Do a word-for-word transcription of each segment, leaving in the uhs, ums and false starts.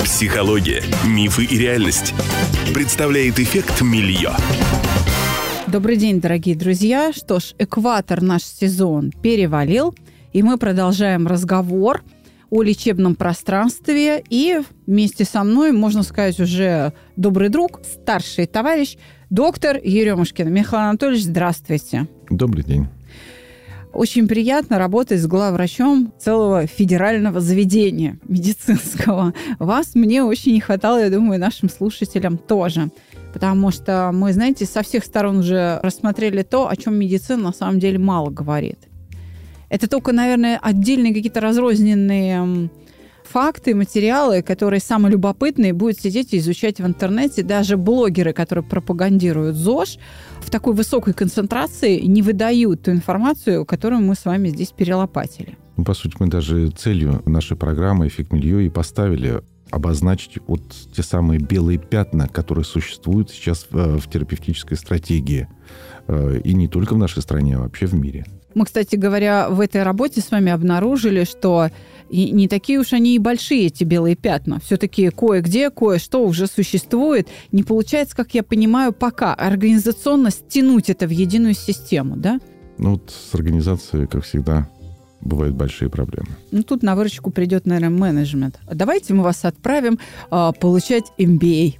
Психология, мифы и реальность. Представляет эффект Мильё. Добрый день, дорогие друзья. Что ж, экватор наш сезон перевалил, и мы продолжаем разговор о лечебном пространстве. И вместе со мной, можно сказать, уже добрый друг, старший товарищ, доктор Еремушкин. Михаил Анатольевич, здравствуйте. Добрый день. Очень приятно работать с главврачом целого федерального заведения медицинского. Вас мне очень не хватало, я думаю, нашим слушателям тоже. Потому что мы, знаете, со всех сторон уже рассмотрели то, о чем медицина на самом деле мало говорит. Это только, наверное, отдельные какие-то разрозненные факты, материалы, которые самые любопытные, будут сидеть и изучать в интернете. Даже блогеры, которые пропагандируют ЗОЖ, в такой высокой концентрации не выдают ту информацию, которую мы с вами здесь перелопатили. Ну, по сути, мы даже целью нашей программы «Эффект Мильё» и поставили обозначить вот те самые белые пятна, которые существуют сейчас в, в терапевтической стратегии. И не только в нашей стране, а вообще в мире. Мы, кстати говоря, в этой работе с вами обнаружили, что и не такие уж они и большие, эти белые пятна. Все-таки кое-где, кое-что уже существует. Не получается, как я понимаю, пока организационно стянуть это в единую систему, да? Ну вот с организацией, как всегда, бывают большие проблемы. Ну, тут на выручку придет, наверное, менеджмент. Давайте мы вас отправим а, получать эм би эй.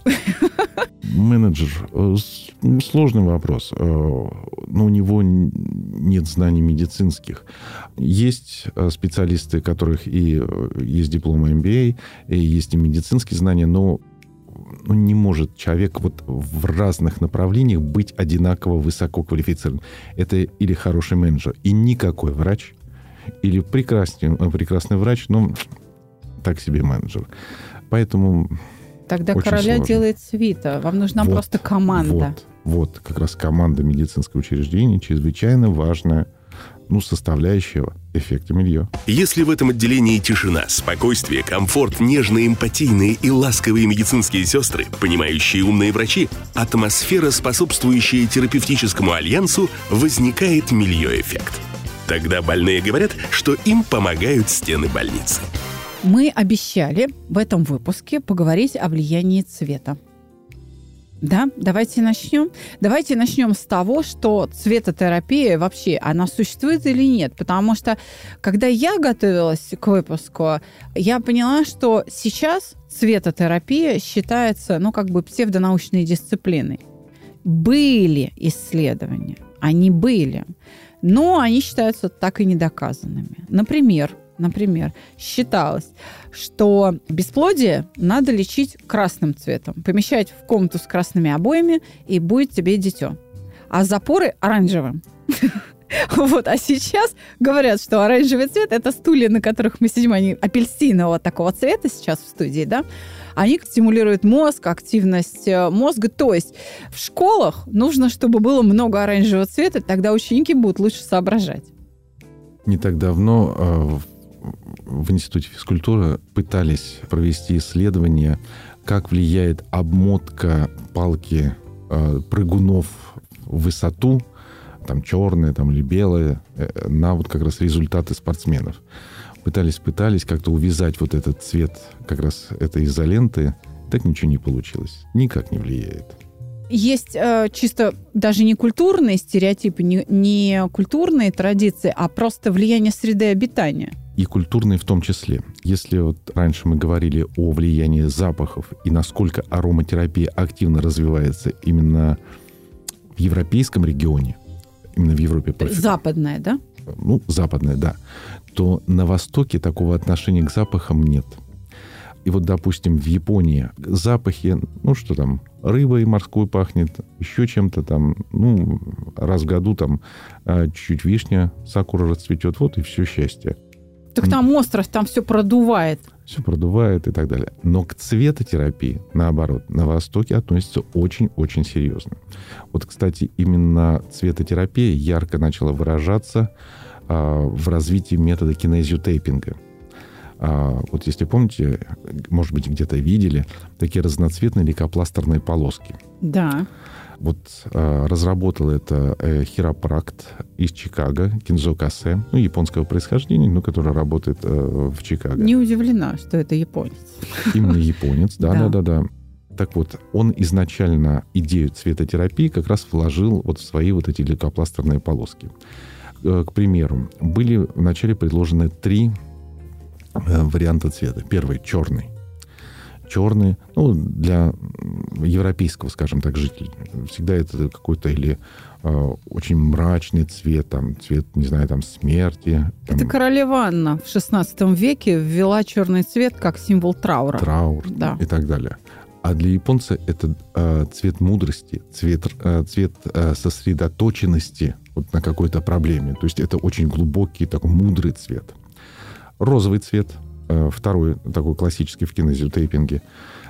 Менеджер. Сложный вопрос. Но у него нет знаний медицинских. Есть специалисты, у которых и есть диплом эм би эй, и есть и медицинские знания, но ну, не может человек вот в разных направлениях быть одинаково высоко квалифицированным. Это или хороший менеджер, и никакой врач, или прекрасный, прекрасный врач, но так себе менеджер. Поэтому... Тогда очень короля сложно. делает свита. Вам нужна вот, просто команда. Вот, вот, как раз команда медицинского учреждения чрезвычайно важная, ну, составляющая эффекта Мильё. Если в этом отделении тишина, спокойствие, комфорт, нежные, эмпатийные и ласковые медицинские сестры, понимающие умные врачи, атмосфера, способствующая терапевтическому альянсу, возникает Мильё-эффект. Тогда больные говорят, что им помогают стены больницы. Мы обещали в этом выпуске поговорить о влиянии цвета. Да, давайте начнем. Давайте начнем с того, что цветотерапия вообще, она существует или нет. Потому что, когда я готовилась к выпуску, я поняла, что сейчас цветотерапия считается, ну, как бы псевдонаучной дисциплиной. Были исследования, они были, но они считаются так и недоказанными. Например, Например, считалось, что бесплодие надо лечить красным цветом. Помещать в комнату с красными обоями, и будет тебе дитё. А запоры оранжевым. Вот, а сейчас говорят, что оранжевый цвет – это стулья, на которых мы сидим, они апельсинового такого цвета сейчас в студии, да? Они стимулируют мозг, активность мозга. То есть в школах нужно, чтобы было много оранжевого цвета, тогда ученики будут лучше соображать. Не так давно в Институте физкультуры пытались провести исследование, как влияет обмотка палки э, прыгунов в высоту, там черная там, или белая, э, на вот как раз результаты спортсменов. Пытались, пытались как-то увязать вот этот цвет как раз этой изоленты, так ничего не получилось. Никак не влияет. Есть э, чисто даже не культурные стереотипы, не, не культурные традиции, а просто влияние среды обитания. И культурные в том числе. Если вот раньше мы говорили о влиянии запахов и насколько ароматерапия активно развивается именно в европейском регионе, именно в Европе. Западная, да? Ну, западная, да. То на Востоке такого отношения к запахам нет. И вот, допустим, в Японии запахи, ну, что там, рыбой морской пахнет, еще чем-то там, ну, раз в году там чуть-чуть вишня, сакура расцветет, вот и все счастье. Так там остров, там все продувает. Все продувает и так далее. Но к цветотерапии, наоборот, на Востоке относятся очень-очень серьезно. Вот, кстати, именно цветотерапия ярко начала выражаться а, в развитии метода кинезиотейпинга. А, вот если помните, может быть, где-то видели, такие разноцветные лейкопластерные полоски. Да. Вот а, разработал это э, хиропракт из Чикаго, Кинзо Касе, ну, японского происхождения, но который работает э, в Чикаго. Не удивлена, что это японец. Именно японец, да-да-да. Так вот, он изначально идею цветотерапии как раз вложил вот в свои вот эти лейкопластерные полоски. К примеру, были вначале предложены три варианта цвета. Первый – черный. Черный, ну, для европейского, скажем так, жителя. Всегда это какой-то или э, очень мрачный цвет, там, цвет, не знаю, там, смерти. Там, это королева Анна в шестнадцатом веке ввела черный цвет как символ траура. Траур, да, и так далее. А для японца это э, цвет мудрости, цвет, э, цвет э, сосредоточенности вот на какой-то проблеме. То есть это очень глубокий, такой мудрый цвет. Розовый цвет, э, второй такой классический в кинезиотейпинге.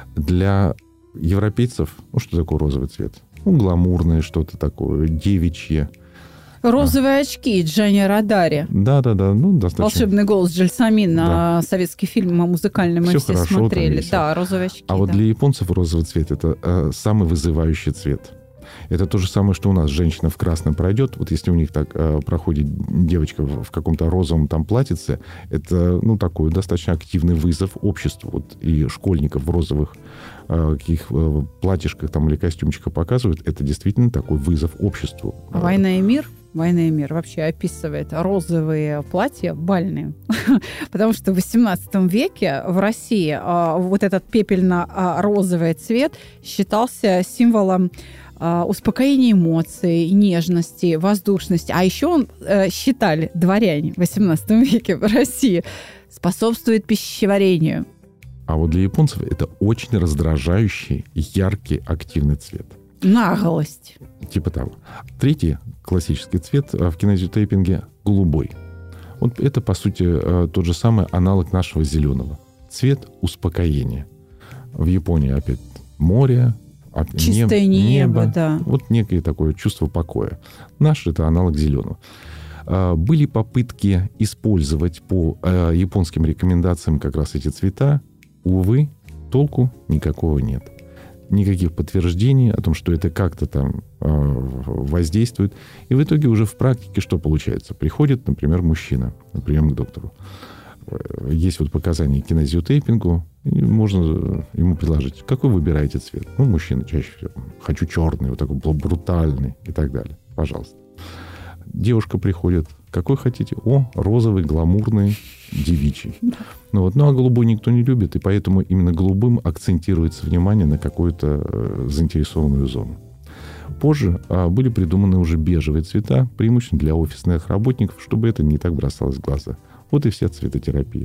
Для европейцев, ну что такое розовый цвет? Ну, гламурное что-то такое, девичье. Розовые а. очки Джани Родари. Да-да-да, ну, достаточно. Волшебный голос Джельсамина, да. Советский фильм о музыкальном мы все, все смотрели. Да, розовые очки. А да. вот для японцев розовый цвет – это э, самый вызывающий цвет. Это то же самое, что у нас женщина в красном пройдет. Вот если у них так э, проходит девочка в, в каком-то розовом там платьице, это, ну, такой достаточно активный вызов обществу. Вот и школьников в розовых э, каких э, платьишках там или костюмчиках показывают. Это действительно такой вызов обществу. «Война и мир». «Война и мир» вообще описывает розовые платья бальные. Потому что в восемнадцатом веке в России э, вот этот пепельно-розовый цвет считался символом э, успокоения эмоций, нежности, воздушности. А еще он, э, считали дворяне в восемнадцатом веке в России, способствует пищеварению. А вот для японцев это очень раздражающий, яркий, активный цвет. Наглость. Типа того. Третий классический цвет в кинезиотейпинге – голубой. Вот это, по сути, тот же самый аналог нашего зеленого. Цвет успокоения. В Японии опять море, чистое небо, небо, да. Вот некое такое чувство покоя. Наш – это аналог зеленого. Были попытки использовать по японским рекомендациям как раз эти цвета. Увы, толку никакого нет. Никаких подтверждений о том, что это как-то там э, воздействует. И в итоге уже в практике что получается? Приходит, например, мужчина на прием к доктору. Есть вот показания к кинезиотейпингу, и можно ему предложить, какой выбираете цвет? Ну, мужчина чаще всего. Хочу черный, вот такой брутальный и так далее. Пожалуйста. Девушка приходит, какой хотите? О, розовый, гламурный, девичий. Ну, вот. Ну, а голубой никто не любит, и поэтому именно голубым акцентируется внимание на какую-то э, заинтересованную зону. Позже э, были придуманы уже бежевые цвета, преимущественно для офисных работников, чтобы это не так бросалось в глаза. Вот и вся цветотерапия.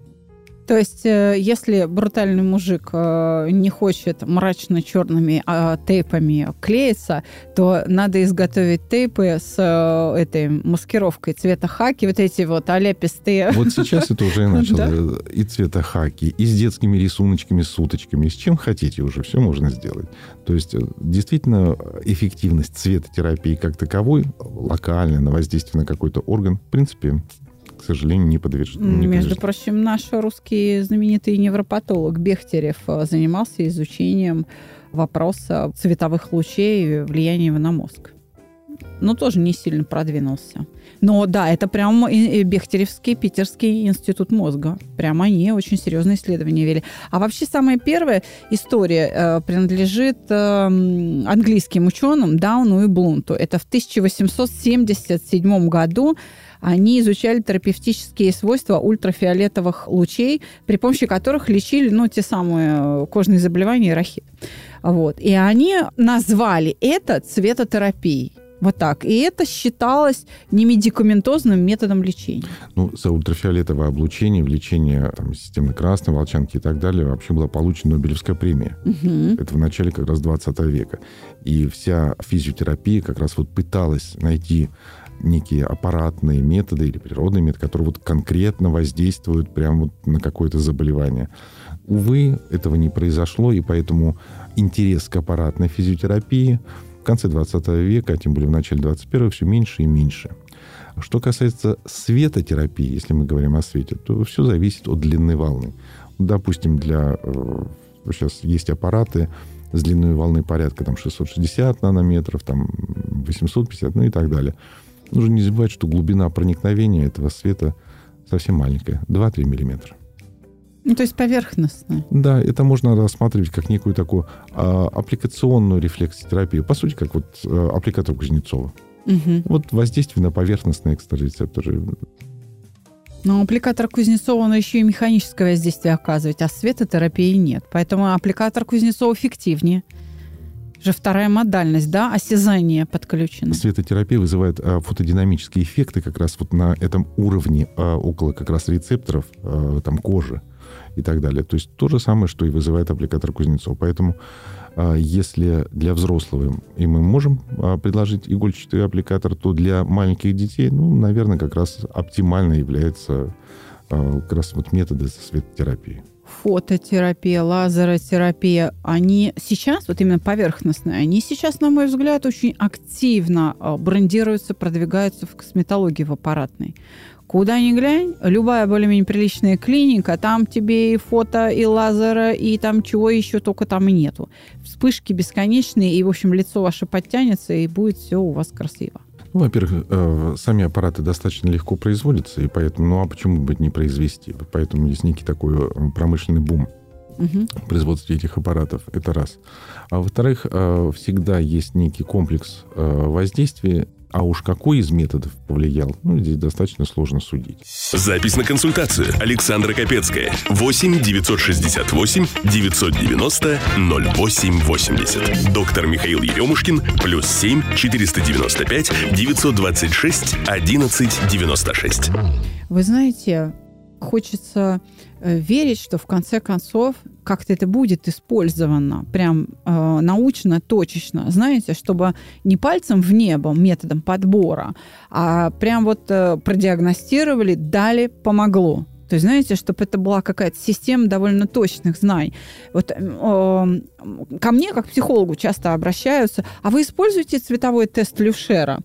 То есть, если брутальный мужик не хочет мрачно-черными тейпами клеиться, то надо изготовить тейпы с этой маскировкой цвета хаки, вот эти вот аляпистые. Вот сейчас это уже начало. И цвета хаки, и с детскими рисуночками, с уточками, с чем хотите уже, все можно сделать. То есть, действительно, эффективность цветотерапии как таковой, локальная, на воздействие на какой-то орган, в принципе, к сожалению, не подтверждено. Между прочим, наш русский знаменитый невропатолог Бехтерев занимался изучением вопроса цветовых лучей и влияния его на мозг. Но тоже не сильно продвинулся. Но да, это прям Бехтеревский Питерский институт мозга. Прям они очень серьезные исследования вели. А вообще самая первая история э, принадлежит э, английским ученым Дауну и Блунту. Это в тысяча восемьсот семьдесят седьмом году они изучали терапевтические свойства ультрафиолетовых лучей, при помощи которых лечили, ну, те самые кожные заболевания и рахит. Вот. И они назвали это цветотерапией. Вот так. И это считалось немедикаментозным методом лечения. Ну, за ультрафиолетовое облучение, в лечении там, системы красной, волчанки и так далее вообще была получена Нобелевская премия. Угу. Это в начале как раз двадцатого века. И вся физиотерапия как раз вот пыталась найти некие аппаратные методы или природные методы, которые вот конкретно воздействуют прямо вот на какое-то заболевание. Увы, этого не произошло, и поэтому интерес к аппаратной физиотерапии в конце двадцатого века, а тем более в начале двадцать первого, все меньше и меньше. Что касается светотерапии, если мы говорим о свете, то все зависит от длины волны. Допустим, для... Сейчас есть аппараты с длиной волны порядка там, шестьсот шестьдесят нанометров, там, восемьсот пятьдесят, ну и так далее. Нужно не забывать, что глубина проникновения этого света совсем маленькая, два-три миллиметра. Ну, то есть поверхностная. Да, это можно рассматривать как некую такую а, аппликационную рефлексотерапию. По сути, как вот а, аппликатор Кузнецова. Угу. Вот воздействие на поверхностные экстрарецепторы. Но аппликатор Кузнецова, он еще и механическое воздействие оказывает, а светотерапии нет. Поэтому аппликатор Кузнецова эффективнее. Же вторая модальность, да, осязание подключено. Светотерапия вызывает а, фотодинамические эффекты как раз вот на этом уровне а, около как раз рецепторов а, там, кожи и так далее. То есть то же самое, что и вызывает аппликатор Кузнецова. Поэтому а, если для взрослого и мы можем а, предложить игольчатый аппликатор, то для маленьких детей, ну, наверное, как раз оптимально является а, как раз вот методы светотерапии. Фототерапия, лазеротерапия, они сейчас, вот именно поверхностные, они сейчас, на мой взгляд, очень активно брендируются, продвигаются в косметологии, в аппаратной. Куда ни глянь, любая более-менее приличная клиника, там тебе и фото, и лазера, и там чего еще только там и нету. Вспышки бесконечные, и, в общем, лицо ваше подтянется, и будет все у вас красиво. Ну, во-первых, э, сами аппараты достаточно легко производятся, и поэтому, ну, а почему бы не произвести? Поэтому есть некий такой промышленный бум угу. в производстве этих аппаратов. Это раз. А во-вторых, э, всегда есть некий комплекс э, воздействия. А уж какой из методов повлиял, ну, здесь достаточно сложно судить. Запись на консультацию. Александра Капецкая. восемь девятьсот шестьдесят восемь девятьсот девяносто ноль восемь восемьдесят. Доктор Михаил Еремушкин. Плюс семь четыреста девяносто пять девятьсот двадцать шесть одиннадцать девяносто шесть. Вы знаете, хочется верить, что в конце концов как-то это будет использовано прям э, научно, точечно, знаете, чтобы не пальцем в небо методом подбора, а прям вот э, продиагностировали, дали, помогло. То есть, знаете, чтобы это была какая-то система довольно точных знаний. Вот э, ко мне, как психологу, часто обращаются, а вы используете цветовой тест Люшера?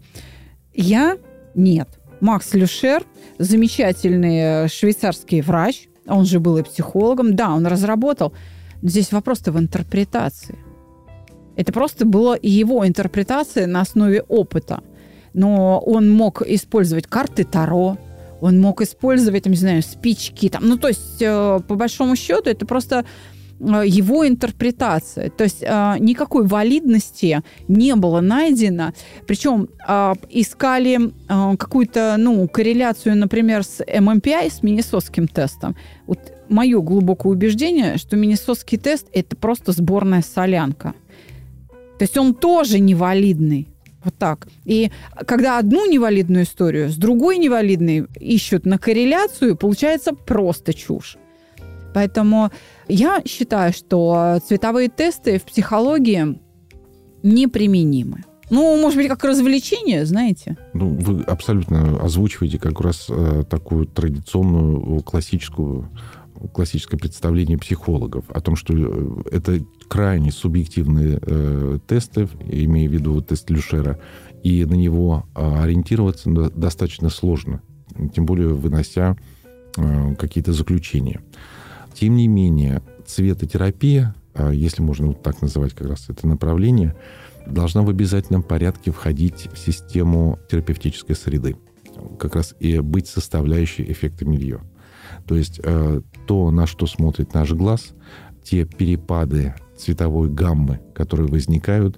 Я? Нет. Макс Люшер, замечательный швейцарский врач, он же был и психологом. Да, он разработал. Но здесь вопрос-то в интерпретации. Это просто была его интерпретация на основе опыта. Но он мог использовать карты Таро, он мог использовать, там, не знаю, спички. Там. Ну, то есть, по большому счету, это просто его интерпретация. То есть э, никакой валидности не было найдено. Причем э, искали э, какую-то, ну, корреляцию, например, с эм эм пи ай, с миннесотским тестом. Вот мое глубокое убеждение, что миннесотский тест – это просто сборная солянка. То есть он тоже невалидный. Вот так. И когда одну невалидную историю с другой невалидной ищут на корреляцию, получается просто чушь. Поэтому я считаю, что цветовые тесты в психологии неприменимы. Ну, может быть, как развлечение, знаете? Ну, вы абсолютно озвучиваете как раз э, такую традиционную, классическую, классическое представление психологов о том, что это крайне субъективные э, тесты, имея в виду тест Люшера, и на него э, ориентироваться достаточно сложно, тем более вынося э, какие-то заключения. Тем не менее, цветотерапия, если можно вот так называть как раз это направление, должна в обязательном порядке входить в систему терапевтической среды, как раз и быть составляющей эффекта мильё. То есть то, на что смотрит наш глаз, те перепады цветовой гаммы, которые возникают,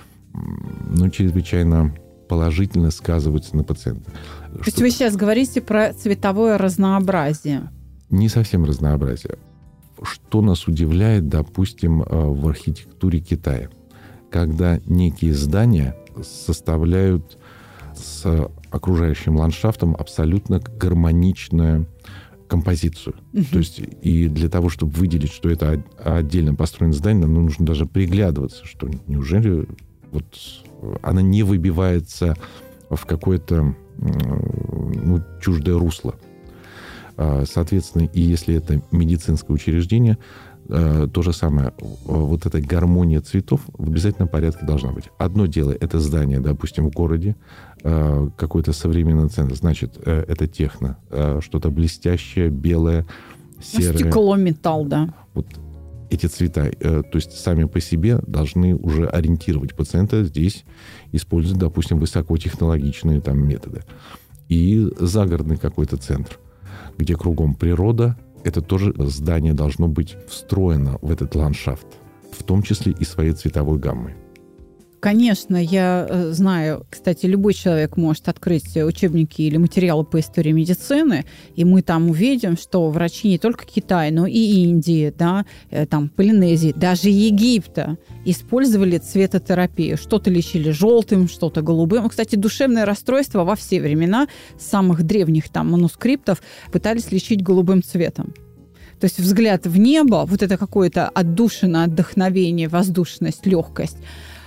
ну, чрезвычайно положительно сказываются на пациенте. То есть вы сейчас говорите про цветовое разнообразие? Не совсем разнообразие. Что нас удивляет, допустим, в архитектуре Китая, когда некие здания составляют с окружающим ландшафтом абсолютно гармоничную композицию. Uh-huh. То есть и для того, чтобы выделить, что это отдельно построенное здание, нам нужно даже приглядываться, что неужели вот она не выбивается в какое-то, ну, чуждое русло. Соответственно, и если это медицинское учреждение, э, то же самое. Вот эта гармония цветов в обязательном порядке должна быть. Одно дело – это здание, допустим, в городе, э, какой-то современный центр. Значит, э, это техно, э, что-то блестящее, белое, серое. Стекло, металл, да. Вот эти цвета, э, то есть сами по себе должны уже ориентировать пациента. Здесь используют, допустим, высокотехнологичные там методы. И загородный какой-то центр, где кругом природа, это тоже здание должно быть встроено в этот ландшафт, в том числе и своей цветовой гаммой. Конечно, я знаю, кстати, любой человек может открыть учебники или материалы по истории медицины, и мы там увидим, что врачи не только Китая, но и Индии, да, там, Полинезии, даже Египта использовали цветотерапию. Что-то лечили желтым, что-то голубым. Кстати, душевное расстройство во все времена с самых древних там манускриптов пытались лечить голубым цветом. То есть взгляд в небо, вот это какое-то отдушина, отдохновение, воздушность, легкость,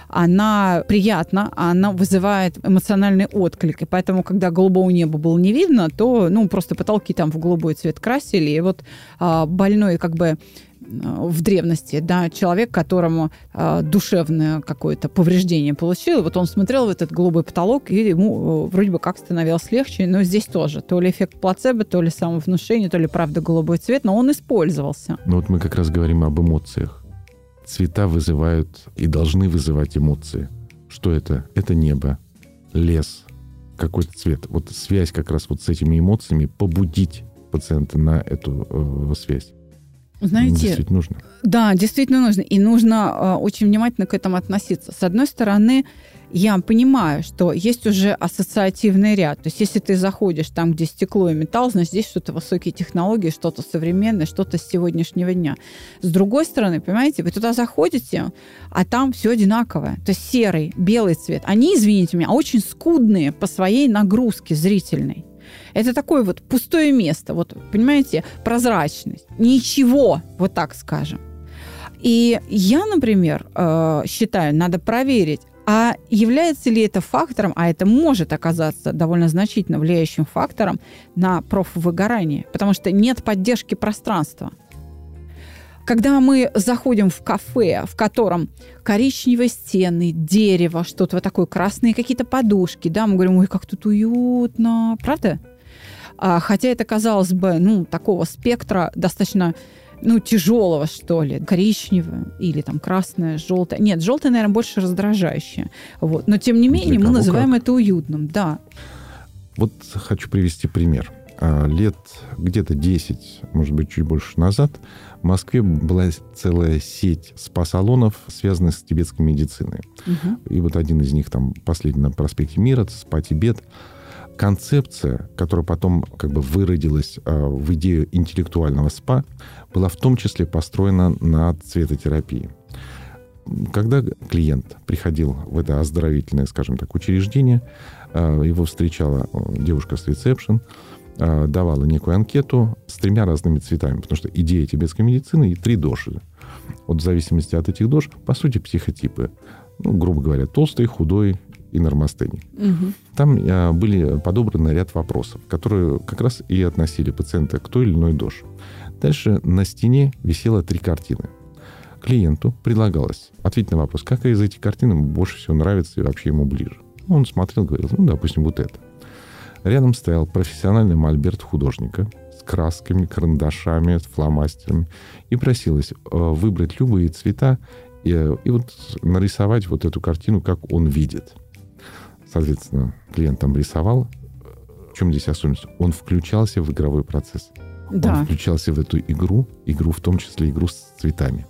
она приятна, она вызывает эмоциональный отклик. И поэтому, когда голубого неба было не видно, то ну, просто потолки там в голубой цвет красили. И вот а, больной как бы в древности, да, человек, которому а, душевное какое-то повреждение получил, вот он смотрел в этот голубой потолок, и ему вроде бы как становилось легче. Но здесь тоже. То ли эффект плацебо, то ли самовнушение, то ли правда голубой цвет, но он использовался. Ну вот мы как раз говорим об эмоциях. Цвета вызывают и должны вызывать эмоции. Что это? Это небо, лес, какой-то цвет. Вот связь как раз вот с этими эмоциями, побудить пациента на эту э, связь. Знаете, действительно нужно. Да, действительно нужно. И нужно э, очень внимательно к этому относиться. С одной стороны, я понимаю, что есть уже ассоциативный ряд. То есть если ты заходишь там, где стекло и металл, значит, здесь что-то высокие технологии, что-то современное, что-то с сегодняшнего дня. С другой стороны, понимаете, вы туда заходите, а там все одинаковое. То есть серый, белый цвет. Они, извините меня, очень скудные по своей нагрузке зрительной. Это такое вот пустое место, вот, понимаете, прозрачность. Ничего, вот так скажем. И я, например, считаю, надо проверить, а является ли это фактором, а это может оказаться довольно значительно влияющим фактором на профвыгорание, потому что нет поддержки пространства. Когда мы заходим в кафе, в котором коричневые стены, дерево, что-то вот такое, красные какие-то подушки, да, мы говорим, ой, как тут уютно, правда? А, хотя это, казалось бы, ну, такого спектра достаточно, ну, тяжелого, что ли, коричневое или там красное, желтое. Нет, желтое, наверное, больше раздражающее. Вот. Но, тем не менее, мы называем как? это уютным, да. Вот хочу привести пример. Лет где-то десять, может быть, чуть больше назад в Москве была целая сеть спа-салонов, связанных с тибетской медициной. Угу. И вот один из них, там, последний на проспекте Мира, спа-Тибет. Концепция, которая потом как бы выродилась в идею интеллектуального спа, была в том числе построена на цветотерапии. Когда клиент приходил в это оздоровительное, скажем так, учреждение, его встречала девушка с ресепшн, давала некую анкету с тремя разными цветами, потому что идея тибетской медицины и три доши. Вот в зависимости от этих дош, по сути, психотипы. Ну, грубо говоря, толстый, худой и нормастений. Угу. Там а, были подобраны ряд вопросов, которые как раз и относили пациента к той или иной доше. Дальше на стене висело три картины. Клиенту предлагалось ответить на вопрос, какая из этих картин ему больше всего нравится и вообще ему ближе. Он смотрел, говорил, ну, допустим, вот это. Рядом стоял профессиональный мольберт художника с красками, карандашами, с фломастерами. И просилось выбрать любые цвета и, и вот нарисовать вот эту картину, как он видит. Соответственно, клиент там рисовал. В чем здесь особенность? Он включался в игровой процесс. Да. Он включался в эту игру, игру в том числе игру с цветами.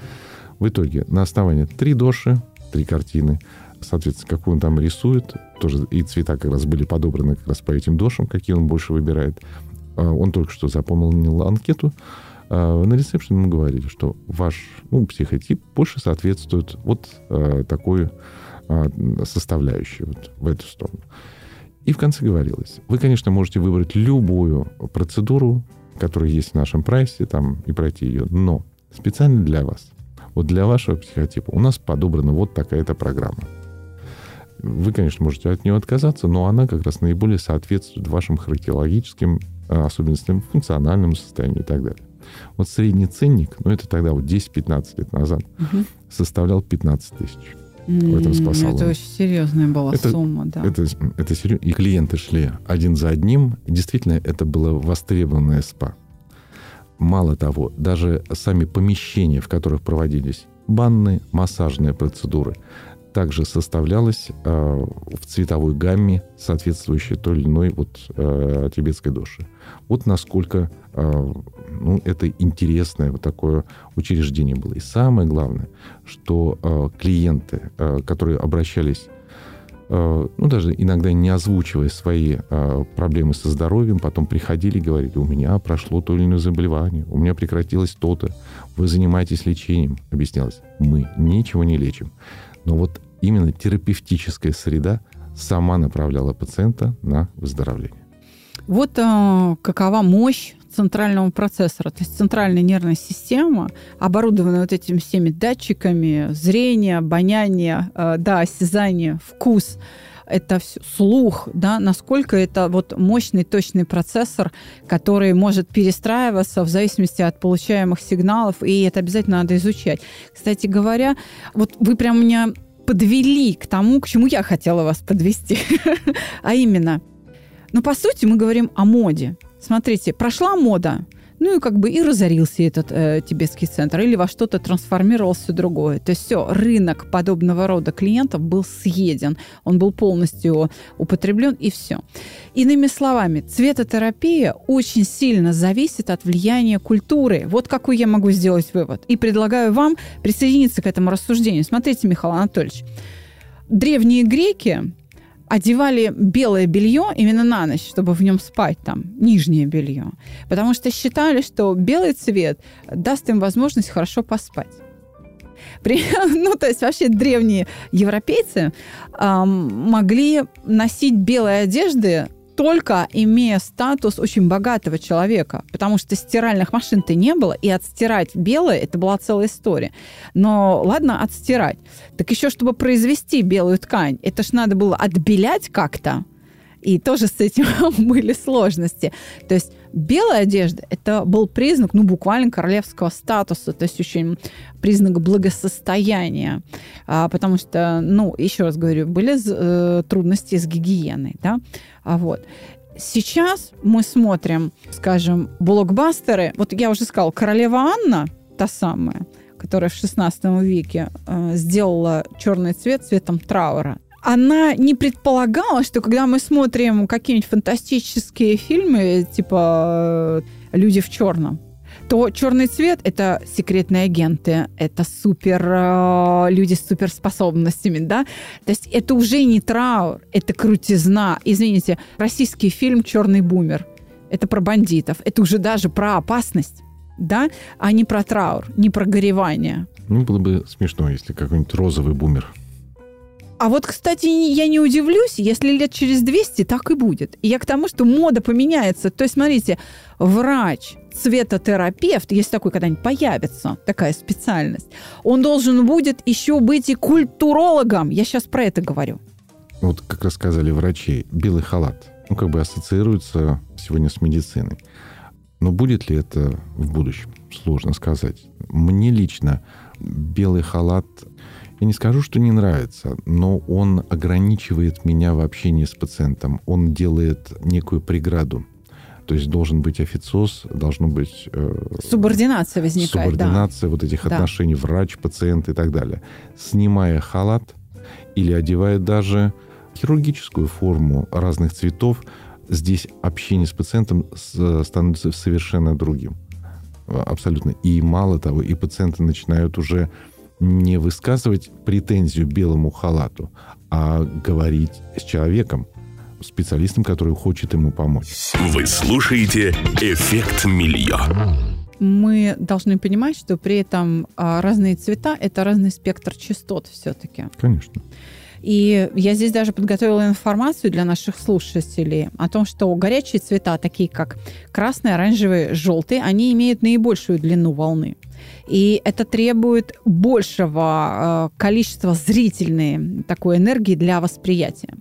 В итоге на основании три доши, три картины, соответственно, какую он там рисует, тоже и цвета как раз были подобраны как раз по этим дошам, какие он больше выбирает. Он только что заполнил анкету. На ресепшене ему говорили, что ваш ну, психотип больше соответствует вот такой составляющей вот в эту сторону. И в конце говорилось, вы, конечно, можете выбрать любую процедуру, которая есть в нашем прайсе, там, и пройти ее, но специально для вас, вот для вашего психотипа у нас подобрана вот такая-то программа. Вы, конечно, можете от нее отказаться, но она как раз наиболее соответствует вашим характерологическим особенностям, функциональному состоянию и так далее. Вот средний ценник, ну, это тогда вот десять-пятнадцать лет назад, угу. составлял пятнадцать тысяч. В этом спа-салоне. Это очень серьезная была это, сумма, да. Это, это серьезно. И клиенты шли один за одним. Действительно, это было востребованное спа. Мало того, даже сами помещения, в которых проводились банные, массажные процедуры, также составлялось э, в цветовой гамме, соответствующей той или иной вот, э, тибетской доше. Вот насколько э, ну, это интересное вот такое учреждение было. И самое главное, что э, клиенты, э, которые обращались, э, ну, даже иногда не озвучивая свои э, проблемы со здоровьем, потом приходили и говорили: у меня прошло то или иное заболевание, у меня прекратилось то-то, вы занимаетесь лечением. Объяснялось: мы ничего не лечим. Но вот именно терапевтическая среда сама направляла пациента на выздоровление. Вот э, какова мощь центрального процессора. То есть центральная нервная система, оборудованная вот этими всеми датчиками зрения, обоняния, э, да, осязания, вкус, это все, слух, да, насколько это вот мощный, точный процессор, который может перестраиваться в зависимости от получаемых сигналов, и это обязательно надо изучать. Кстати говоря, вот вы прям меня подвели к тому, к чему я хотела вас подвести. А именно, ну, по сути, мы говорим о моде. Смотрите, прошла мода, ну и как бы и разорился этот э, тибетский центр, или во что-то трансформировался другое. То есть все, рынок подобного рода клиентов был съеден, он был полностью употреблен, и все. Иными словами, цветотерапия очень сильно зависит от влияния культуры. Вот какой я могу сделать вывод. И предлагаю вам присоединиться к этому рассуждению. Смотрите, Михаил Анатольевич, древние греки одевали белое белье именно на ночь, чтобы в нем спать, там, нижнее белье. Потому что считали, что белый цвет даст им возможность хорошо поспать. При, ну, то есть вообще древние европейцы э, могли носить белые одежды, только имея статус очень богатого человека, потому что стиральных машин-то не было, и отстирать белое – это была целая история. Но ладно, отстирать. Так еще, чтобы произвести белую ткань, это ж надо было отбелять как-то, и тоже с этим были сложности. То есть белая одежда – это был признак, ну, буквально королевского статуса, то есть очень признак благосостояния, а, потому что, ну, еще раз говорю, были э, трудности с гигиеной, да, а вот. Сейчас мы смотрим, скажем, блокбастеры. Вот я уже сказала, королева Анна, та самая, которая в шестнадцатом веке э, сделала черный цвет цветом траура. Она не предполагала, что когда мы смотрим какие-нибудь фантастические фильмы, типа «Люди в черном», то черный цвет – это секретные агенты, это супер люди с суперспособностями, да? То есть это уже не траур, это крутизна. Извините, российский фильм «Черный бумер» – это про бандитов, это уже даже про опасность, да? А не про траур, не про горевание. Ну, было бы смешно, если какой-нибудь розовый бумер. А вот, кстати, я не удивлюсь, если лет через двести так и будет. И я к тому, что мода поменяется. То есть, смотрите, врач, цветотерапевт, если такой когда-нибудь появится, такая специальность, он должен будет еще быть и культурологом. Я сейчас про это говорю. Вот, как рассказали врачи, белый халат, ну, как бы ассоциируется сегодня с медициной. Но будет ли это в будущем? Сложно сказать. Мне лично белый халат... Я не скажу, что не нравится, но он ограничивает меня в общении с пациентом. Он делает некую преграду. То есть должен быть официоз, должно быть... Э, субординация возникает, Субординация да. вот этих да. отношений врач, пациент и так далее. Снимая халат или одевая даже хирургическую форму разных цветов, здесь общение с пациентом становится совершенно другим. Абсолютно. И мало того, и пациенты начинают уже... не высказывать претензию белому халату, а говорить с человеком, специалистом, который хочет ему помочь. Вы слушаете «Эффект Мильё». Мы должны понимать, что при этом разные цвета – это разный спектр частот все-таки. Конечно. И я здесь даже подготовила информацию для наших слушателей о том, что горячие цвета, такие как красный, оранжевый, желтый, они имеют наибольшую длину волны. И это требует большего э, количества зрительной такой энергии для восприятия.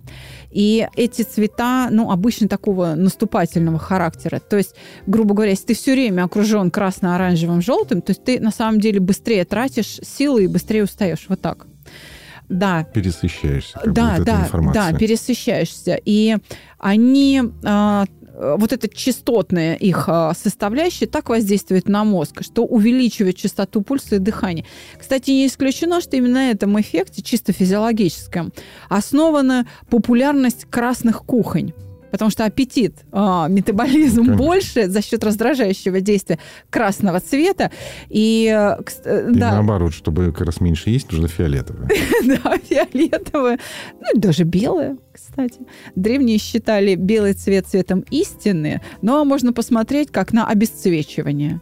И эти цвета, ну, обычно такого наступательного характера. То есть, грубо говоря, если ты все время окружен красно-оранжевым, желтым, то есть ты на самом деле быстрее тратишь силы и быстрее устаешь. Вот так. Да. Пересыщаешься. Как да, бы, да, да, пересыщаешься. И они... Э, вот эта частотная их составляющая так воздействует на мозг, что увеличивает частоту пульса и дыхания. Кстати, не исключено, что именно на этом эффекте, чисто физиологическом, основана популярность красных кухонь. Потому что аппетит, а, метаболизм Конечно. больше за счет раздражающего действия красного цвета. И, и да. наоборот, чтобы как раз меньше есть, нужно фиолетовое. Да, фиолетовое. Ну, и даже белое, кстати. Древние считали белый цвет цветом истины, но можно посмотреть как на обесцвечивание.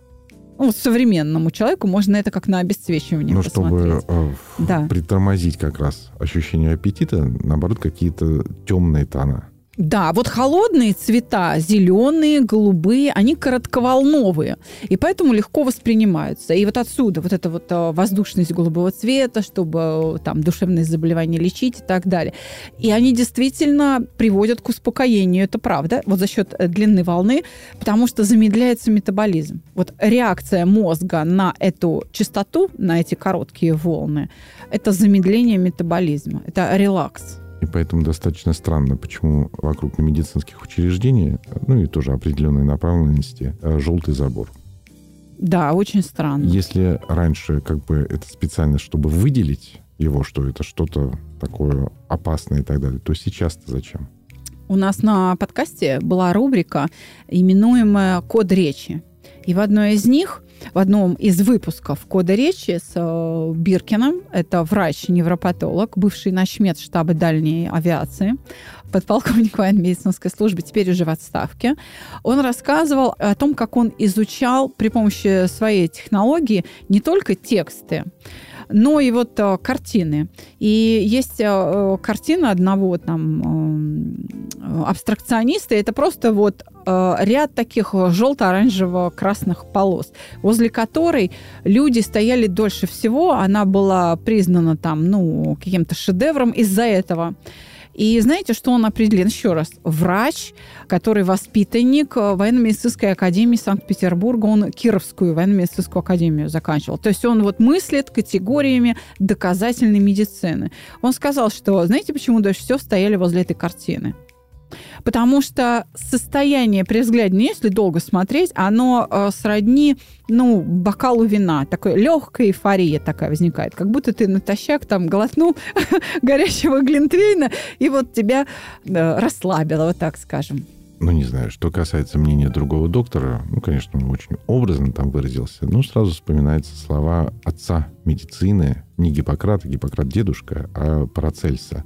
Ну, современному человеку можно это как на обесцвечивание ну, посмотреть. Чтобы э, да. притормозить как раз ощущение аппетита, наоборот, какие-то темные тона. Да, вот холодные цвета, зеленые, голубые, они коротковолновые, и поэтому легко воспринимаются. И вот отсюда вот эта вот воздушность голубого цвета, чтобы там душевные заболевания лечить и так далее. И они действительно приводят к успокоению, это правда, вот за счет длины волны, потому что замедляется метаболизм. Вот реакция мозга на эту частоту, на эти короткие волны, это замедление метаболизма, это релакс. И поэтому достаточно странно, почему вокруг медицинских учреждений, ну и тоже определенной направленности, желтый забор. Да, очень странно. Если раньше как бы это специально, чтобы выделить его, что это что-то такое опасное и так далее, то сейчас-то зачем? У нас на подкасте была рубрика, именуемая «Код речи». И в одной из них, в одном из выпусков «Кода речи» с э, Биркиным, это врач-невропатолог, бывший начмед штаба дальней авиации, подполковник военно-медицинской службы, теперь уже в отставке, он рассказывал о том, как он изучал при помощи своей технологии не только тексты, но и вот э, картины. И есть э, картина одного там э, абстракциониста, это просто вот э, ряд таких желто-оранжево-красных полос, возле которой люди стояли дольше всего. Она была признана там, ну, каким-то шедевром из-за этого. И знаете, что он определил? Еще раз. Врач, который воспитанник военно-медицинской академии Санкт-Петербурга, он Кировскую военно-медицинскую академию заканчивал. То есть он вот мыслит категориями доказательной медицины. Он сказал, что, знаете, почему дольше всего стояли возле этой картины? Потому что состояние при взгляде, ну, если долго смотреть, оно э, сродни, ну, бокалу вина. Такая легкая эйфория такая возникает. Как будто ты натощак там глотнул горячего глинтвейна, и вот тебя э, расслабило, вот так скажем. Ну, не знаю, что касается мнения другого доктора, ну, конечно, он очень образно там выразился, но сразу вспоминаются слова отца медицины, не Гиппократа, Гиппократ дедушка, а Парацельса.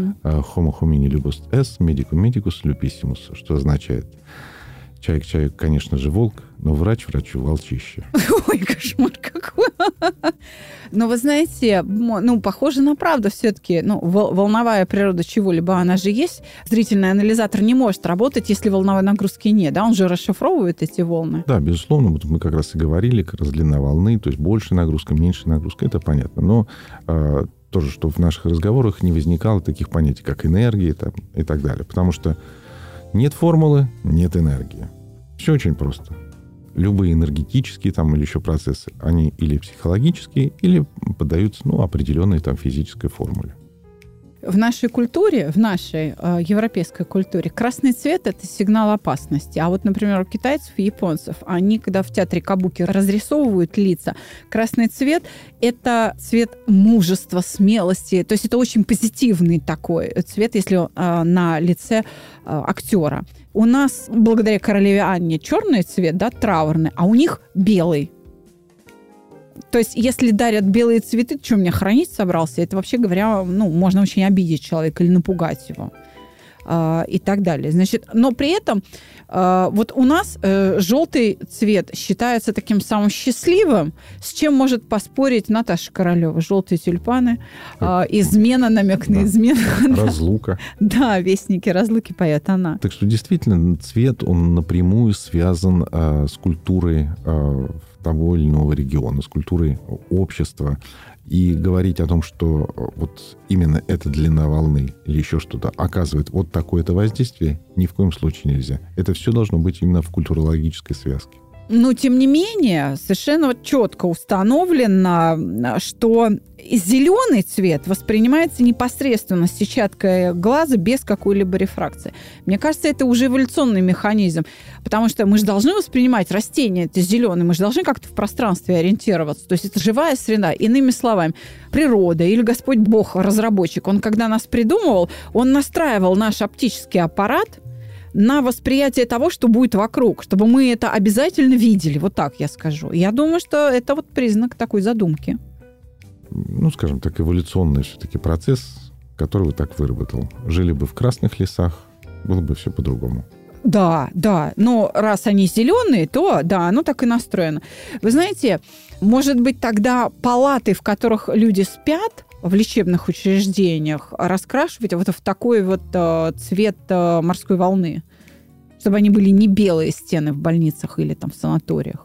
Homo homini lupus est, medicus medicus lupissimus, что означает: человек человек, конечно же, волк, но врач врачу волчище. Ой, кошмар какой. Но вы знаете, ну, похоже на правду все-таки. Ну, волновая природа чего-либо, она же есть. Зрительный анализатор не может работать, если волновой нагрузки нет, да? Он же расшифровывает эти волны. Да, безусловно. Вот мы как раз и говорили, как раз длина волны, то есть большая нагрузка, меньшая нагрузка, это понятно. Но э, тоже, что в наших разговорах не возникало таких понятий, как энергия там, и так далее. Потому что нет формулы, нет энергии. Все очень просто. Любые энергетические там или еще процессы, они или психологические, или поддаются, ну, определенной там физической формуле. В нашей культуре, в нашей э, европейской культуре красный цвет – это сигнал опасности. А вот, например, у китайцев и японцев, они, когда в театре кабуки разрисовывают лица, красный цвет – это цвет мужества, смелости. То есть это очень позитивный такой цвет, если э, на лице э, актера. У нас, благодаря королеве Анне, черный цвет, да, траурный, а у них белый. То есть, если дарят белые цветы, ты что, меня хранить собрался? Это, вообще говоря, ну, можно очень обидеть человека или напугать его. э, и так далее. Значит, но при этом э, вот у нас э, желтый цвет считается таким самым счастливым, с чем может поспорить Наташа Королева. Желтые тюльпаны, э, измена, намек на да. измену. Разлука. Да, вестники разлуки поет она. Так что действительно цвет, он напрямую связан э, с культурой э, того или иного региона, с культурой общества. И говорить о том, что вот именно эта длина волны или еще что-то оказывает вот такое-то воздействие, ни в коем случае нельзя. Это все должно быть именно в культурологической связке. Но, тем не менее, совершенно четко установлено, что зеленый цвет воспринимается непосредственно с сетчаткой глаза без какой-либо рефракции. Мне кажется, это уже эволюционный механизм, потому что мы же должны воспринимать растения, это зеленые, мы же должны как-то в пространстве ориентироваться. То есть это живая среда. Иными словами, природа или Господь Бог, разработчик, он когда нас придумывал, он настраивал наш оптический аппарат на восприятие того, что будет вокруг, чтобы мы это обязательно видели. Вот так я скажу. Я думаю, что это вот признак такой задумки. Ну, скажем так, эволюционный все-таки процесс, который вот так выработал. Жили бы в красных лесах, было бы все по-другому. Да, да. Но раз они зеленые, то да, оно так и настроено. Вы знаете, может быть, тогда палаты, в которых люди спят, в лечебных учреждениях, раскрашивать вот в такой вот э, цвет э, морской волны, чтобы они были не белые стены в больницах или там в санаториях.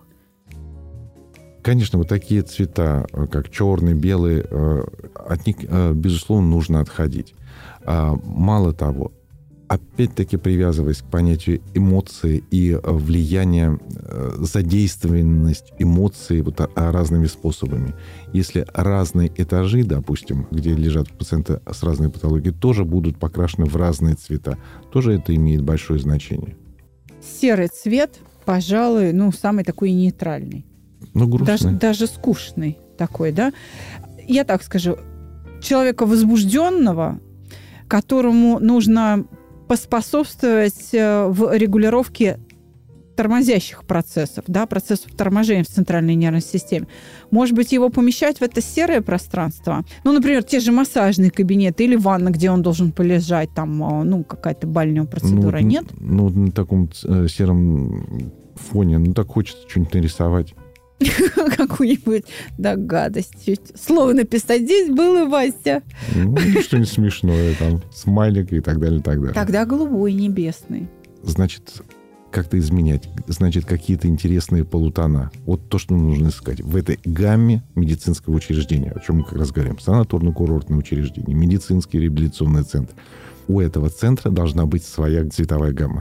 Конечно, вот такие цвета, как черный, белый, э, от них, э, безусловно, нужно отходить. А, мало того, опять-таки привязываясь к понятию эмоции и влияния, задействованность эмоций вот разными способами. Если разные этажи, допустим, где лежат пациенты с разной патологией, тоже будут покрашены в разные цвета, тоже это имеет большое значение. Серый цвет, пожалуй, ну, самый такой нейтральный. Ну, грустный. Даже, даже скучный такой, да? Я так скажу, человека возбужденного, которому нужно поспособствовать в регулировке тормозящих процессов, да, процессов торможения в центральной нервной системе. Может быть, его помещать в это серое пространство? Ну, например, те же массажные кабинеты или ванна, где он должен полежать, там, ну, какая-то бальная процедура, ну, нет? Ну, на таком сером фоне, ну, так хочется что-нибудь нарисовать. Какую-нибудь, да, гадость. Слово написать. Здесь был и Вася. Ну, что-нибудь смешное, там, смайлик и так далее, и так далее. Тогда голубой, небесный. Значит, как-то изменять. Значит, какие-то интересные полутона. Вот то, что нужно искать в этой гамме медицинского учреждения, о чем мы как раз говорим. Санаторно-курортное учреждение, медицинский реабилитационный центр. У этого центра должна быть своя цветовая гамма.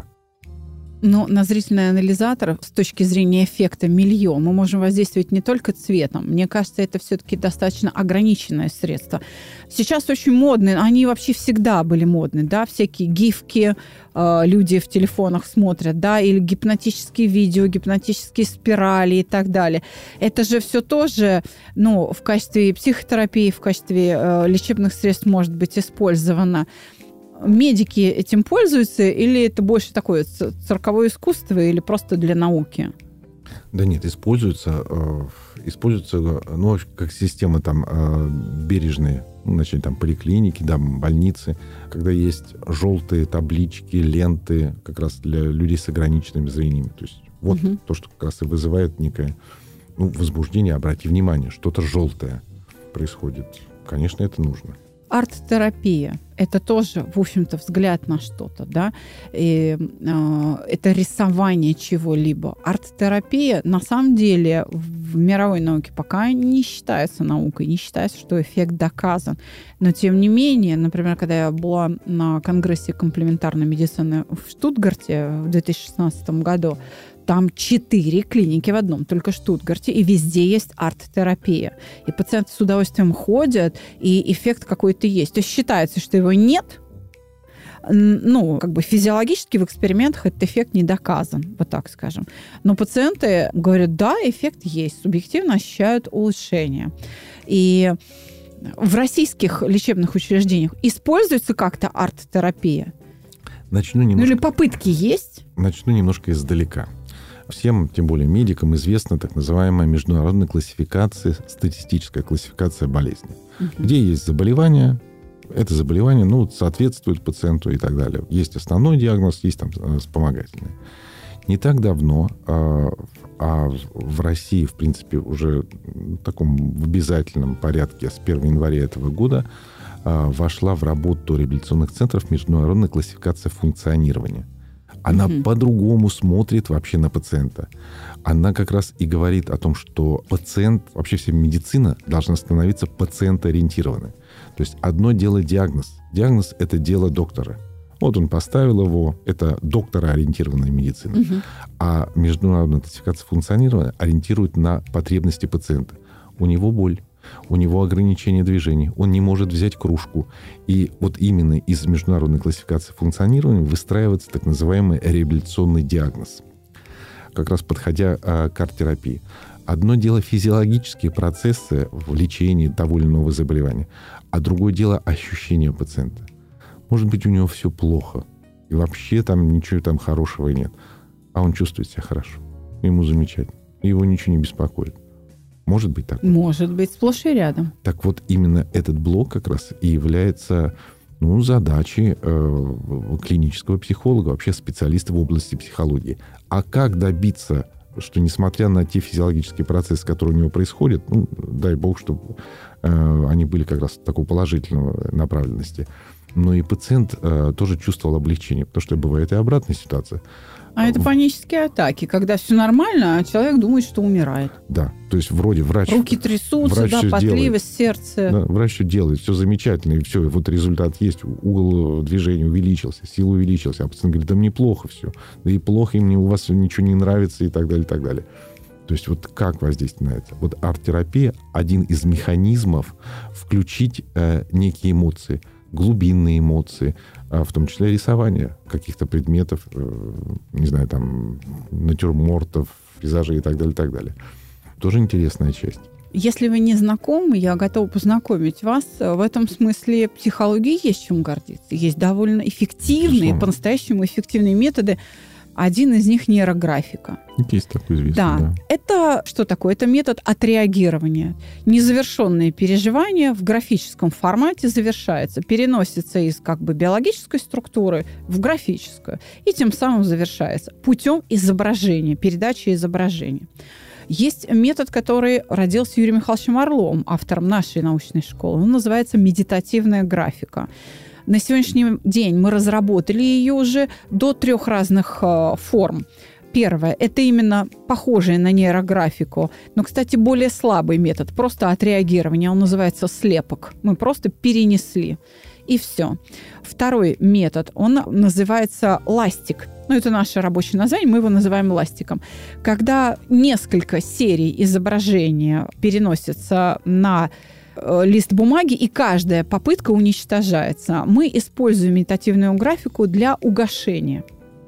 Но на зрительный анализатор с точки зрения эффекта милье мы можем воздействовать не только цветом. Мне кажется, это все-таки достаточно ограниченное средство. Сейчас очень модные, они вообще всегда были модны, да, всякие гифки, э, люди в телефонах смотрят, да, или гипнотические видео, гипнотические спирали и так далее. Это же все тоже, ну, в качестве психотерапии, в качестве э, лечебных средств может быть использовано. Медики этим пользуются, или это больше такое цирковое искусство, или просто для науки? Да нет, используются, э, используются, ну, как системы там э, бережные, ну, значит, там поликлиники, да, больницы, когда есть желтые таблички, ленты как раз для людей с ограниченными зрениями. То есть вот угу. то, что как раз и вызывает некое, ну, возбуждение. Обратите внимание, что-то желтое происходит. Конечно, это нужно. Арт-терапия – это тоже, в общем-то, взгляд на что-то, да, и, э, это рисование чего-либо. Арт-терапия, на самом деле, в мировой науке пока не считается наукой, не считается, что эффект доказан. Но, тем не менее, например, когда я была на конгрессе комплементарной медицины в Штутгарте в две тысячи шестнадцатом году, там четыре клиники в одном, только в Штутгарте, и везде есть арт-терапия. И пациенты с удовольствием ходят, и эффект какой-то есть. То есть считается, что его нет. Ну, как бы физиологически в экспериментах этот эффект не доказан, вот так скажем. Но пациенты говорят, да, эффект есть, субъективно ощущают улучшение. И в российских лечебных учреждениях используется как-то арт-терапия? Начну немножко... Ну или попытки есть? Начну немножко издалека. Всем, тем более медикам, известна так называемая международная классификация, статистическая классификация болезней. Угу. Где есть заболевания, это заболевание ну, соответствует пациенту и так далее. Есть основной диагноз, есть там вспомогательный. Не так давно, а, а в России, в принципе, уже в таком обязательном порядке с первого января этого года а, вошла в работу реабилитационных центров международная классификация функционирования. Она mm-hmm. по-другому смотрит вообще на пациента. Она как раз и говорит о том, что пациент, вообще вся медицина должна становиться пациентоориентированной. То есть одно дело диагноз. Диагноз – это дело доктора. Вот он поставил его, это доктора-ориентированная медицина. Угу. А международная классификация функционирования ориентирует на потребности пациента. У него боль, у него ограничение движений, он не может взять кружку. И вот именно из международной классификации функционирования выстраивается так называемый реабилитационный диагноз, как раз подходя а, к арт-терапии. Одно дело физиологические процессы в лечении того или иного заболевания, а другое дело ощущение пациента. Может быть, у него все плохо, и вообще там ничего там хорошего нет. А он чувствует себя хорошо, ему замечательно, его ничего не беспокоит. Может быть так? Может быть, сплошь и рядом. Так вот, именно этот блок как раз и является ну, задачей э, клинического психолога, вообще специалиста в области психологии. А как добиться, что несмотря на те физиологические процессы, которые у него происходят, ну, дай бог, чтобы э, они были как раз такой положительной направленности, но и пациент э, тоже чувствовал облегчение, потому что бывает и обратная ситуация. А это панические атаки, когда все нормально, а человек думает, что умирает. Да, то есть вроде врач... Руки трясутся, врач да, потливость, сердце. Да, врач все делает, все замечательно, и все, и вот результат есть, угол движения увеличился, сила увеличилась, а пациент говорит, да мне плохо все, да и плохо, и мне у вас ничего не нравится, и так далее, и так далее. То есть вот как воздействие на это? Вот арт-терапия – один из механизмов включить э, некие эмоции, глубинные эмоции, в том числе рисование каких-то предметов, не знаю, там, натюрмортов, пейзажей и так далее, и так далее. Тоже интересная часть. Если вы не знакомы, я готова познакомить вас. В этом смысле психологии есть чем гордиться. Есть довольно эффективные, Безусловно. По-настоящему эффективные методы. Один из них – нейрографика. Есть такой известный, да. да. Это что такое? Это метод отреагирования. Незавершенные переживания в графическом формате завершаются, переносятся из как бы биологической структуры в графическую и тем самым завершается путем изображения, передачи изображения. Есть метод, который родился Юрием Михайловичем Орловым, автором нашей научной школы. Он называется медитативная графика. На сегодняшний день мы разработали ее уже до трех разных э, форм. Первое – это именно похожая на нейрографику, но, кстати, более слабый метод, просто отреагирования. Он называется слепок. Мы просто перенесли, и все. Второй метод, он называется ластик. Ну, это наше рабочее название, мы его называем ластиком. Когда несколько серий изображения переносятся на лист бумаги, и каждая попытка уничтожается. Мы используем медитативную графику для угошения.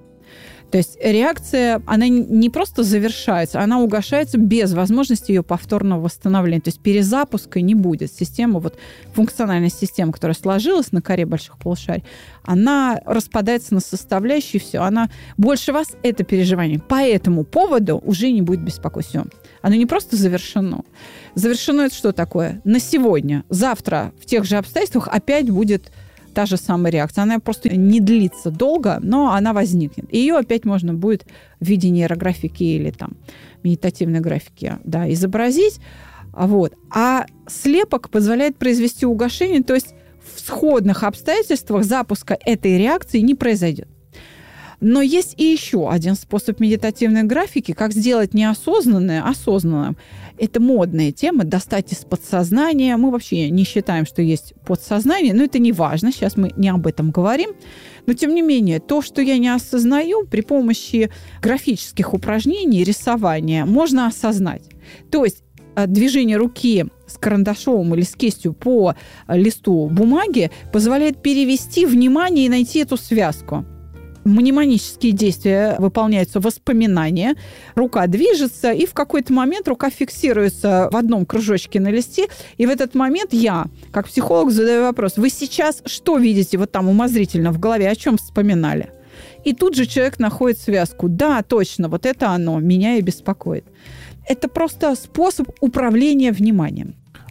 То есть реакция, она не просто завершается, она угошается без возможности ее повторного восстановления. То есть перезапуска не будет. Система, вот функциональная система, которая сложилась на коре больших полушарий, она распадается на составляющие, все. Она больше вас это переживание по этому поводу уже не будет беспокоить. Все. Оно не просто завершено. Завершено это что такое? На сегодня. Завтра в тех же обстоятельствах опять будет та же самая реакция. Она просто не длится долго, но она возникнет. И ее опять можно будет в виде нейрографики или там медитативной графики, да, изобразить. Вот. А слепок позволяет произвести угошение, то есть в сходных обстоятельствах запуска этой реакции не произойдет. Но есть и еще один способ медитативной графики, как сделать неосознанное осознанным. Это модная тема, достать из подсознания. Мы вообще не считаем, что есть подсознание, но это не важно, сейчас мы не об этом говорим. Но, тем не менее, то, что я не осознаю, при помощи графических упражнений, рисования, можно осознать. То есть движение руки с карандашом или с кистью по листу бумаги позволяет перевести внимание и найти эту связку. Мнемонические действия выполняются, воспоминания, рука движется, и в какой-то момент рука фиксируется в одном кружочке на листе, и в этот момент я, как психолог, задаю вопрос: вы сейчас что видите вот там умозрительно в голове, о чем вспоминали? И тут же человек находит связку. Да, точно, вот это оно меня и беспокоит. Это просто способ управления вниманием.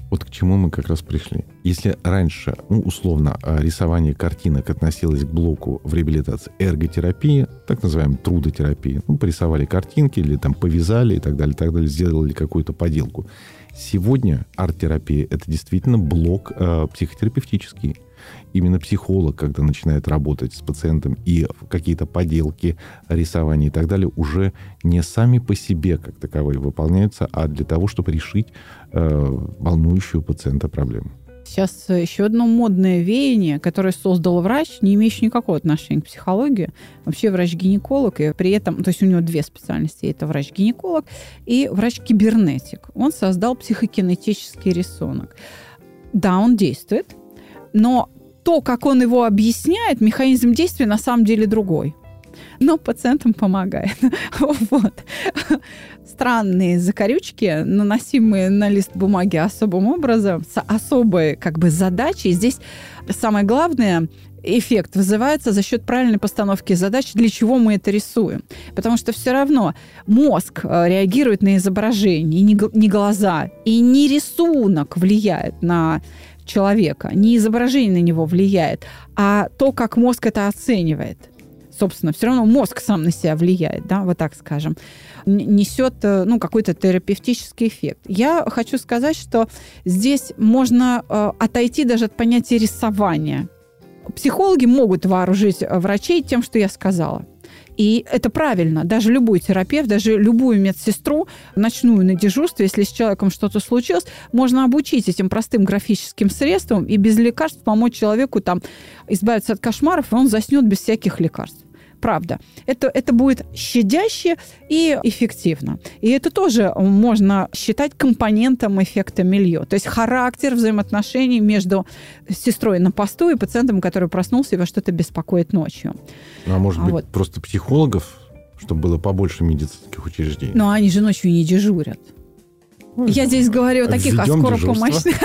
Вот к чему мы как раз пришли. Если раньше, ну, условно, рисование картинок относилось к блоку в реабилитации эрготерапии, так называемой трудотерапии, ну, порисовали картинки или там повязали и так далее, и так далее, сделали какую-то поделку. Сегодня арт-терапия – это действительно блок э, психотерапевтический. Именно психолог, когда начинает работать с пациентом, и какие-то поделки, рисование и так далее уже не сами по себе как таковые выполняются, а для того, чтобы решить э, волнующую пациента проблему. Сейчас еще одно модное веяние, которое создал врач, не имеющий никакого отношения к психологии. Вообще врач-гинеколог, и при этом, то есть у него две специальности. Это врач-гинеколог и врач-кибернетик. Он создал психокинетический рисунок. Да, он действует, но то, как он его объясняет, механизм действия на самом деле другой. Но пациентам помогает. Вот. Странные закорючки, наносимые на лист бумаги особым образом, с особой как бы задачей. Здесь самое главное, эффект вызывается за счет правильной постановки задач, для чего мы это рисуем. Потому что все равно мозг реагирует на изображение, не глаза, и не рисунок влияет на человека, не изображение на него влияет, а то, как мозг это оценивает. Собственно, все равно мозг сам на себя влияет, да, вот так скажем, несет, ну, какой-то терапевтический эффект. Я хочу сказать, что здесь можно э, отойти даже от понятия рисования. Психологи могут вооружить врачей тем, что я сказала. И это правильно. Даже любой терапевт, даже любую медсестру, ночную на дежурстве, если с человеком что-то случилось, можно обучить этим простым графическим средствам и без лекарств помочь человеку там избавиться от кошмаров, и он заснет без всяких лекарств. Правда. Это, это будет щадяще и эффективно. И это тоже можно считать компонентом эффекта мильё. То есть характер взаимоотношений между сестрой на посту и пациентом, который проснулся и во что-то беспокоит ночью. Ну, а может а быть, вот. просто психологов, чтобы было побольше медицинских учреждений? Но они же ночью не дежурят. Ну, Я здесь говорю о таких, о скоропомощных.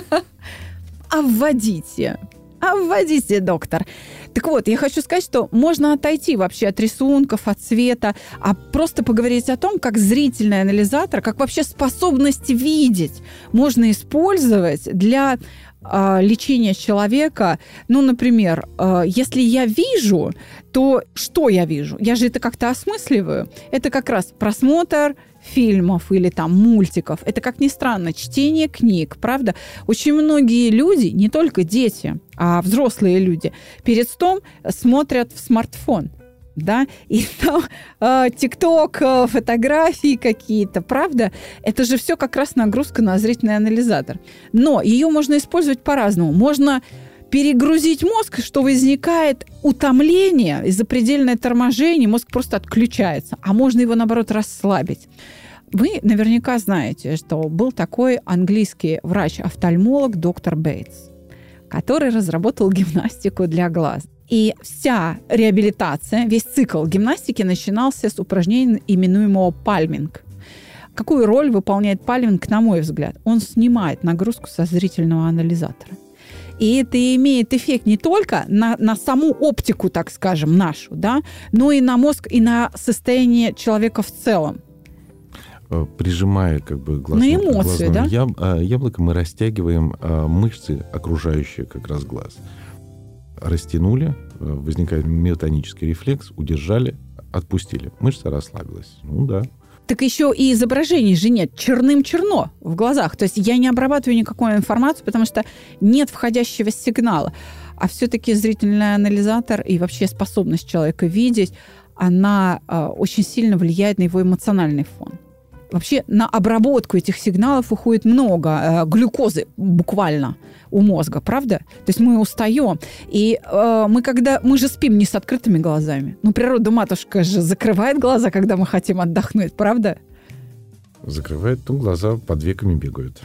А вводите. А вводите, доктор. Так вот, я хочу сказать, что можно отойти вообще от рисунков, от цвета, а просто поговорить о том, как зрительный анализатор, как вообще способность видеть можно использовать для э, лечения человека. Ну, например, э, если я вижу, то что я вижу? Я же это как-то осмысливаю. Это как раз просмотр фильмов или там мультиков. Это, как ни странно, чтение книг, правда? Очень многие люди, не только дети, а взрослые люди, перед сном смотрят в смартфон, да, и там э, ТикТок, э, фотографии какие-то, правда? Это же все как раз нагрузка на зрительный анализатор. Но ее можно использовать по-разному. Можно перегрузить мозг, что возникает утомление и запредельное торможение, мозг просто отключается. А можно его, наоборот, расслабить. Вы наверняка знаете, что был такой английский врач-офтальмолог доктор Бейтс, который разработал гимнастику для глаз. И вся реабилитация, весь цикл гимнастики начинался с упражнения, именуемого пальминг. Какую роль выполняет пальминг, на мой взгляд? Он снимает нагрузку со зрительного анализатора. И это имеет эффект не только на, на саму оптику, так скажем, нашу, да, но и на мозг, и на состояние человека в целом. Прижимая как бы глазное, на эмоции, да? яб, яблоко, мы растягиваем мышцы, окружающие как раз глаз. Растянули, возникает миотонический рефлекс, удержали, отпустили. Мышца расслабилась. Ну да. Так еще и изображений же нет. Черным-черно в глазах. То есть я не обрабатываю никакую информацию, потому что нет входящего сигнала. А все-таки зрительный анализатор и вообще способность человека видеть, она э, очень сильно влияет на его эмоциональный фон. Вообще на обработку этих сигналов уходит много э, глюкозы буквально у мозга, правда? То есть мы устаем. И э, мы, когда, мы же спим не с открытыми глазами. Ну, природа-матушка же закрывает глаза, когда мы хотим отдохнуть, правда? Закрывает, ну, глаза под веками бегают.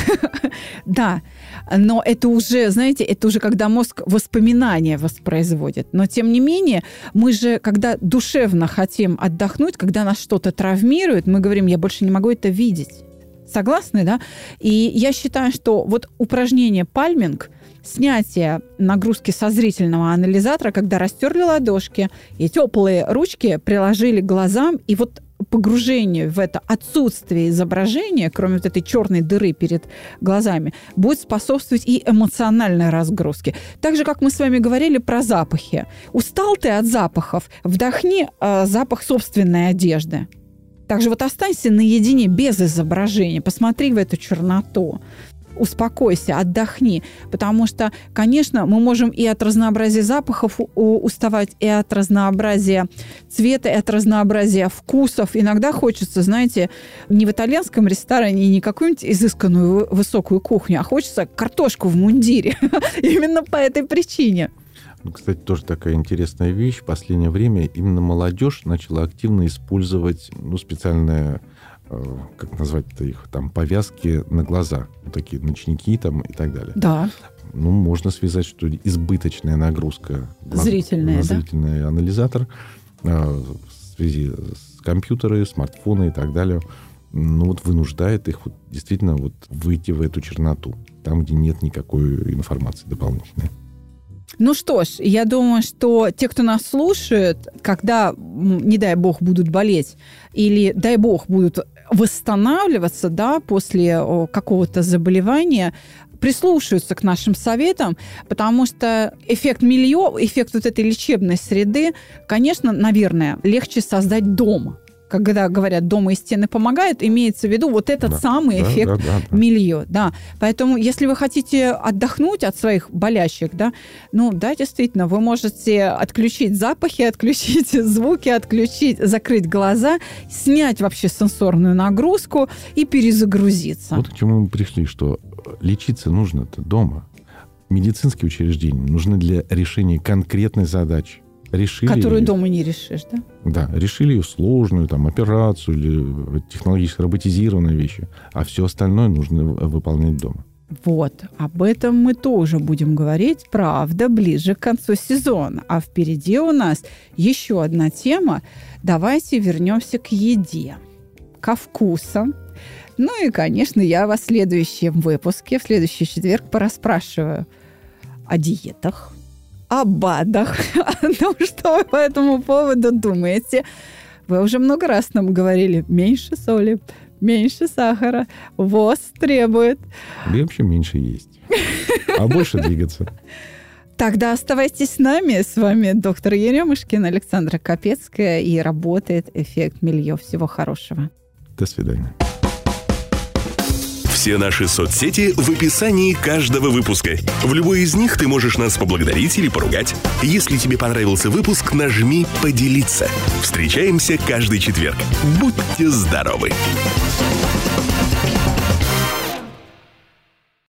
Да, но это уже, знаете, это уже когда мозг воспоминания воспроизводит. Но, тем не менее, мы же, когда душевно хотим отдохнуть, когда нас что-то травмирует, мы говорим, я больше не могу это видеть. Согласны, да? И я считаю, что вот упражнение пальминг, снятие нагрузки со зрительного анализатора, когда растерли ладошки и теплые ручки приложили к глазам, и вот погружение в это отсутствие изображения, кроме вот этой черной дыры перед глазами, будет способствовать и эмоциональной разгрузке. Так же, как мы с вами говорили про запахи. Устал ты от запахов? Вдохни э, запах собственной одежды. Также вот останься наедине без изображения, посмотри в эту черноту. Успокойся, отдохни, потому что, конечно, мы можем и от разнообразия запахов уставать, и от разнообразия цвета, и от разнообразия вкусов. Иногда хочется, знаете, не в итальянском ресторане, не какую-нибудь изысканную высокую кухню, а хочется картошку в мундире. Именно по этой причине. Кстати, тоже такая интересная вещь. В последнее время именно молодежь начала активно использовать ну, специальные, как назвать-то их, там, повязки на глаза. Вот такие ночники там и так далее. Да. Ну, можно связать, что избыточная нагрузка зрительная, на, на да? зрительный анализатор в связи с компьютерами, смартфоны и так далее, ну, вот вынуждает их вот, действительно вот, выйти в эту черноту, там, где нет никакой информации дополнительной. Ну что ж, я думаю, что те, кто нас слушает, когда, не дай бог, будут болеть или, дай бог, будут восстанавливаться, да, после какого-то заболевания, прислушаются к нашим советам, потому что эффект мильё, эффект вот этой лечебной среды, конечно, наверное, легче создать дома. Когда говорят, дома и стены помогают, имеется в виду вот этот да, самый да, эффект да, да, да. мильё. Да. Поэтому, если вы хотите отдохнуть от своих болящих, да, ну да, действительно, вы можете отключить запахи, отключить звуки, отключить, закрыть глаза, снять вообще сенсорную нагрузку и перезагрузиться. Вот к чему мы пришли, что лечиться нужно-то дома. Медицинские учреждения нужны для решения конкретной задачи. Решили Которую ее, дома не решишь, да? Да, решили ее сложную, там, операцию или технологически роботизированные вещи, а все остальное нужно выполнять дома. Вот, об этом мы тоже будем говорить, правда, ближе к концу сезона. А впереди у нас еще одна тема. Давайте вернемся к еде, ко вкусам. Ну и, конечно, я вас в следующем выпуске, в следующий четверг порасспрашиваю о диетах, о БАДах. Ну, что вы по этому поводу думаете? Вы уже много раз нам говорили, меньше соли, меньше сахара, ВОЗ требует. И вообще меньше есть, а больше двигаться. Тогда оставайтесь с нами. С вами доктор Еремушкин, Александра Капецкая, и работает эффект мильё. Всего хорошего. До свидания. Все наши соцсети в описании каждого выпуска. В любой из них ты можешь нас поблагодарить или поругать. Если тебе понравился выпуск, нажми «Поделиться». Встречаемся каждый четверг. Будьте здоровы!